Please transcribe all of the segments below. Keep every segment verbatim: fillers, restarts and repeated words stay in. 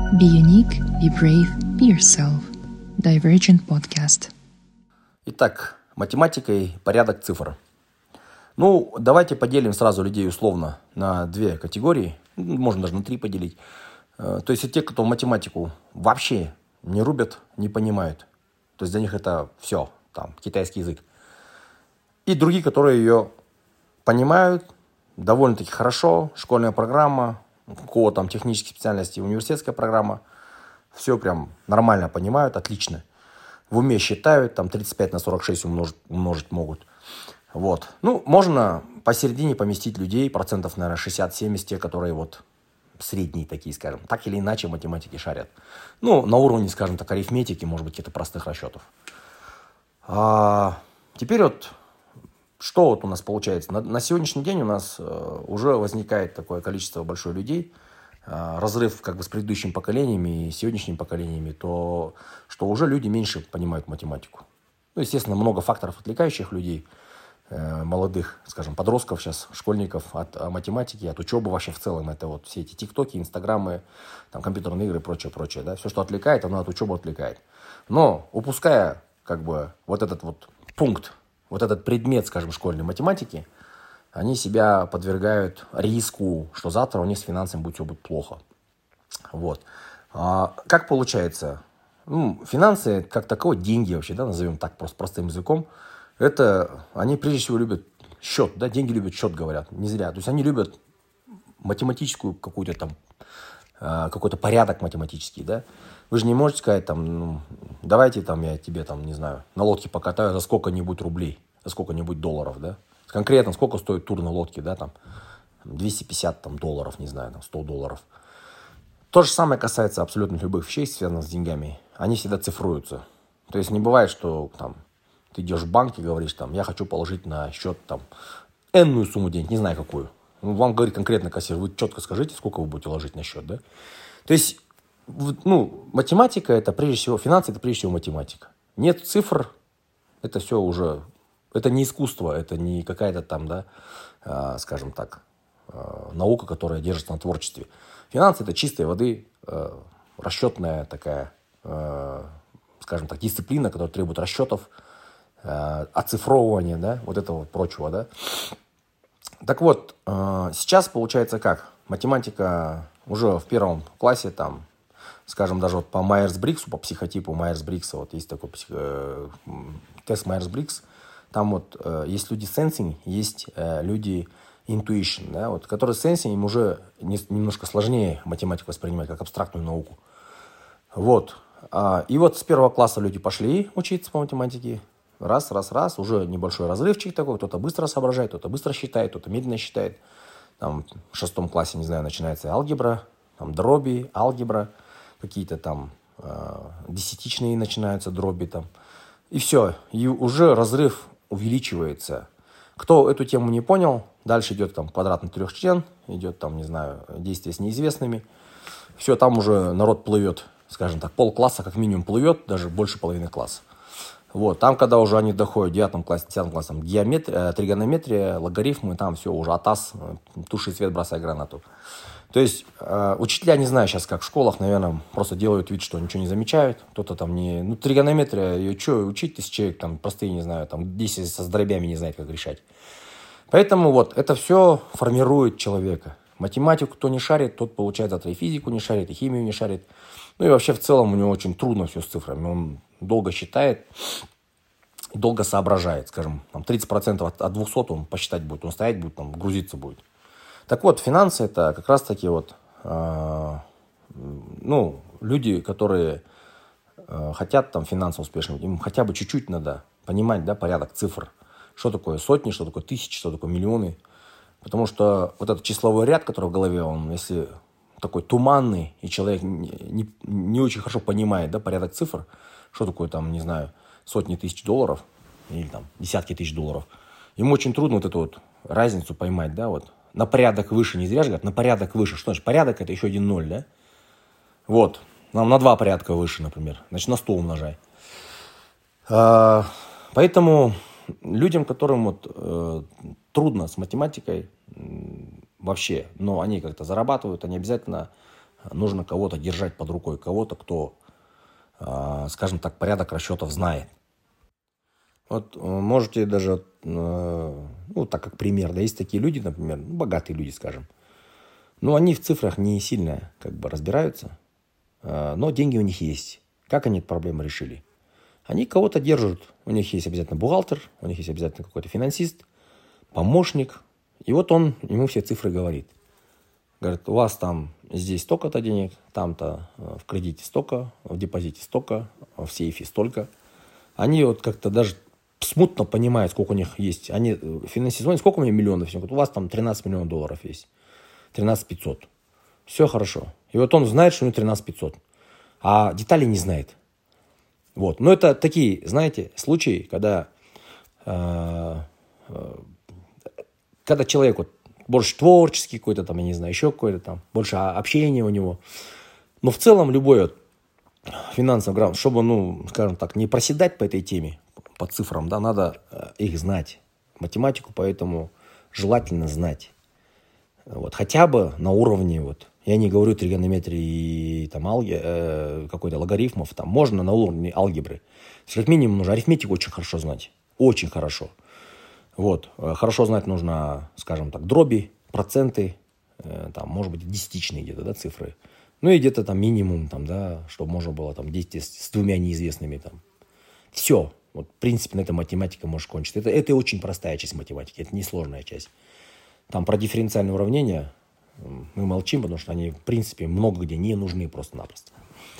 Be unique, be brave, be yourself. Divergent Podcast. Итак, математика и порядок цифр. Ну, давайте поделим сразу людей условно на две категории. Можно даже на три поделить. То есть те, кто математику вообще не рубят, не понимают. То есть для них это все, там, китайский язык. И другие, которые ее понимают довольно-таки хорошо. Школьная программа, у кого там технические специальности, университетская программа. Все прям нормально понимают, отлично. В уме считают, там тридцать пять на сорок шесть умножить, умножить могут. Вот. Ну, можно посередине поместить людей, процентов, наверное, шестьдесят-семьдесят, те, которые вот средние такие, скажем. Так или иначе математики шарят. Ну, на уровне, скажем так, арифметики, может быть, каких-то простых расчетов. А теперь вот, что вот у нас получается? На, на сегодняшний день у нас э, уже возникает такое количество большое людей, э, разрыв как бы с предыдущими поколениями и сегодняшними поколениями, то что уже люди меньше понимают математику. Ну, естественно, много факторов, отвлекающих людей, э, молодых, скажем, подростков сейчас, школьников от э, математики, от учебы вообще в целом. Это вот все эти тиктоки, инстаграмы, там, компьютерные игры и прочее, прочее. Да? Все, что отвлекает, оно от учебы отвлекает. Но упуская как бы вот этот вот пункт, вот этот предмет, скажем, школьной математики, они себя подвергают риску, что завтра у них с финансами будет все будет плохо. Вот. А как получается? Ну, финансы, как таково, деньги вообще, да, назовем так просто простым языком, это они прежде всего любят счет, да, деньги любят счет, говорят, не зря. То есть они любят математическую какую-то там, какой-то порядок математический, да. Вы же не можете сказать, там, ну, давайте там я тебе, там, не знаю, на лодке покатаю за сколько-нибудь рублей, за сколько-нибудь долларов, да. Конкретно сколько стоит тур на лодке, да, там, двести пятьдесят там, долларов, не знаю, там, сто долларов. То же самое касается абсолютно любых вещей, связанных с деньгами. Они всегда цифруются. То есть не бывает, что там, ты идешь в банк и говоришь, там, я хочу положить на счет там, энную сумму денег, не знаю какую. Ну, вам говорит конкретно кассир, вы четко скажите, сколько вы будете ложить на счет, да. То есть, ну, математика это прежде всего, финансы это прежде всего математика. Нет цифр, это все уже, это не искусство, это не какая-то там, да, э, скажем так, э, наука, которая держится на творчестве. Финансы это чистой воды э, расчетная такая, э, скажем так, дисциплина, которая требует расчетов, э, оцифровывания, да, вот этого прочего, да. Так вот, э, сейчас получается как? Математика уже в первом классе там, скажем, даже вот по Майерс-Бриксу, по психотипу Майерс-Брикса, вот есть такой псих... э, тест Майерс-Брикс, там вот э, есть люди sensing, есть э, люди intuition, да, вот, которые sensing, им уже не, немножко сложнее математику воспринимать, как абстрактную науку. Вот. А, и вот с первого класса люди пошли учиться по математике, раз, раз, раз, уже небольшой разрывчик такой, кто-то быстро соображает, кто-то быстро считает, кто-то медленно считает. Там в шестом классе, не знаю, начинается алгебра, там дроби, алгебра, какие-то там э, десятичные начинаются дроби там. И все, и уже разрыв увеличивается. Кто эту тему не понял, дальше идет там квадратный трехчлен, идет там, не знаю, действие с неизвестными. Все, там уже народ плывет, скажем так, полкласса как минимум плывет, даже больше половины класса. Вот, там, когда уже они доходят в девятом классе, десятом классе, там, геометрия, тригонометрия, логарифмы, там все, уже атас, туши свет, бросай гранату. То есть, э, учителя, не знаю сейчас, как в школах, наверное, просто делают вид, что ничего не замечают. Кто-то там не... Ну, тригонометрия, ее что, учить тысяч человек, там, простые, не знаю, там, десять со дробями не знает, как решать. Поэтому вот, это все формирует человека. Математику кто не шарит, тот, получает завтра и физику не шарит, и химию не шарит. Ну, и вообще, в целом, у него очень трудно все с цифрами. Он долго считает, долго соображает, скажем, там, тридцать процентов от, от двухсот он посчитать будет, он стоять будет, там, грузиться будет. Так вот, финансы это как раз таки вот, э, ну, люди, которые э, хотят там финансово успешными, им хотя бы чуть-чуть надо понимать, да, порядок цифр. Что такое сотни, что такое тысячи, что такое миллионы. Потому что вот этот числовой ряд, который в голове, он, если такой туманный, и человек не, не, не очень хорошо понимает, да, порядок цифр, что такое там, не знаю, сотни тысяч долларов или там десятки тысяч долларов, ему очень трудно вот эту вот разницу поймать, да, вот. На порядок выше, не зря же говорят, на порядок выше. Что значит порядок? Это еще один ноль, да? Вот. Нам на два порядка выше, например. Значит, на сто умножай. А, поэтому людям, которым вот, э, трудно с математикой э, вообще, но они как-то зарабатывают, они обязательно нужно кого-то держать под рукой, кого-то, кто, скажем так, порядок расчетов знает. Вот можете даже, ну, так как пример, да, есть такие люди, например, богатые люди, скажем, но они в цифрах не сильно как бы разбираются, но деньги у них есть. Как они эту проблему решили? Они кого-то держат, у них есть обязательно бухгалтер, у них есть обязательно какой-то финансист, помощник, и вот он ему все цифры говорит. Говорит, у вас там здесь столько-то денег, там-то в кредите столько, в депозите столько, в сейфе столько. Они вот как-то даже смутно понимают, сколько у них есть. Они финансист звонят, сколько у меня миллионов? Говорят, у вас там тринадцать миллионов долларов есть. тринадцать пятьсот. Все хорошо. И вот он знает, что у него тринадцать пятьсот. А деталей не знает. Вот. Но это такие, знаете, случаи, когда, э, э, когда человек вот, больше творческий какой-то там, я не знаю, еще какой-то там, больше общения у него. Но в целом любой вот финансовый грамотный, чтобы, ну, скажем так, не проседать по этой теме, по цифрам, да, надо их знать. Математику поэтому желательно знать. Вот, хотя бы на уровне, вот, я не говорю тригонометрии и там, алге, э, какой-то логарифмов, там, можно на уровне алгебры. Как минимум нужно арифметику очень хорошо знать. Очень хорошо. Вот, хорошо знать нужно, скажем так, дроби, проценты, э, там, может быть, десятичные где-то, да, цифры. Ну и где-то там минимум, там, да, чтобы можно было там десять с, с двумя неизвестными там. Все. Вот, в принципе, на этом математика может кончиться. Это, это очень простая часть математики, это несложная часть. Там про дифференциальные уравнения мы молчим, потому что они, в принципе, много где не нужны просто-напросто.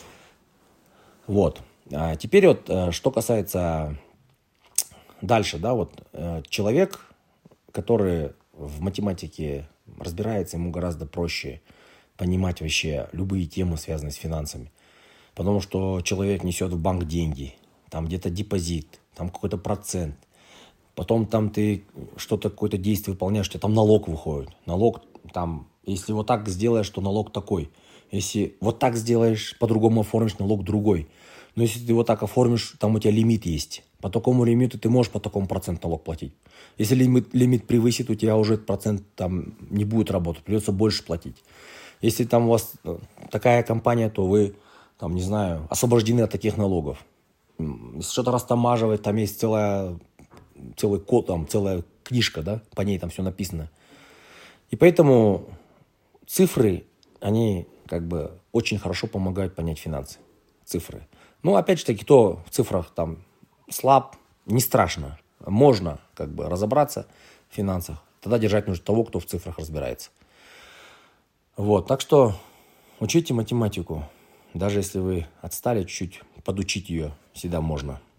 Вот. А теперь вот, что касается дальше, да, вот человек, который в математике разбирается, ему гораздо проще понимать вообще любые темы, связанные с финансами. Потому что человек несет в банк деньги, там где-то депозит, там какой-то процент. Потом там ты что-то, какое-то действие выполняешь, у тебя там налог выходит. Налог там, если вот так сделаешь, то налог такой. Если вот так сделаешь, по-другому оформишь, налог другой. Но если ты вот так оформишь, там у тебя лимит есть. По такому лимиту ты можешь по такому проценту налог платить. Если лимит, лимит превысит, у тебя уже этот процент там не будет работать, придется больше платить. Если там у вас такая компания, то вы, там, не знаю, освобождены от таких налогов. Если что-то растамаживать, там есть целая... целый код, там, целая книжка, да, по ней там все написано. И поэтому цифры, они как бы очень хорошо помогают понять финансы. Цифры. Ну, опять же таки, кто в цифрах там слаб, не страшно. Можно как бы разобраться в финансах. Тогда держать нужно того, кто в цифрах разбирается. Вот, так что учите математику. Даже если вы отстали чуть-чуть, подучить ее всегда можно.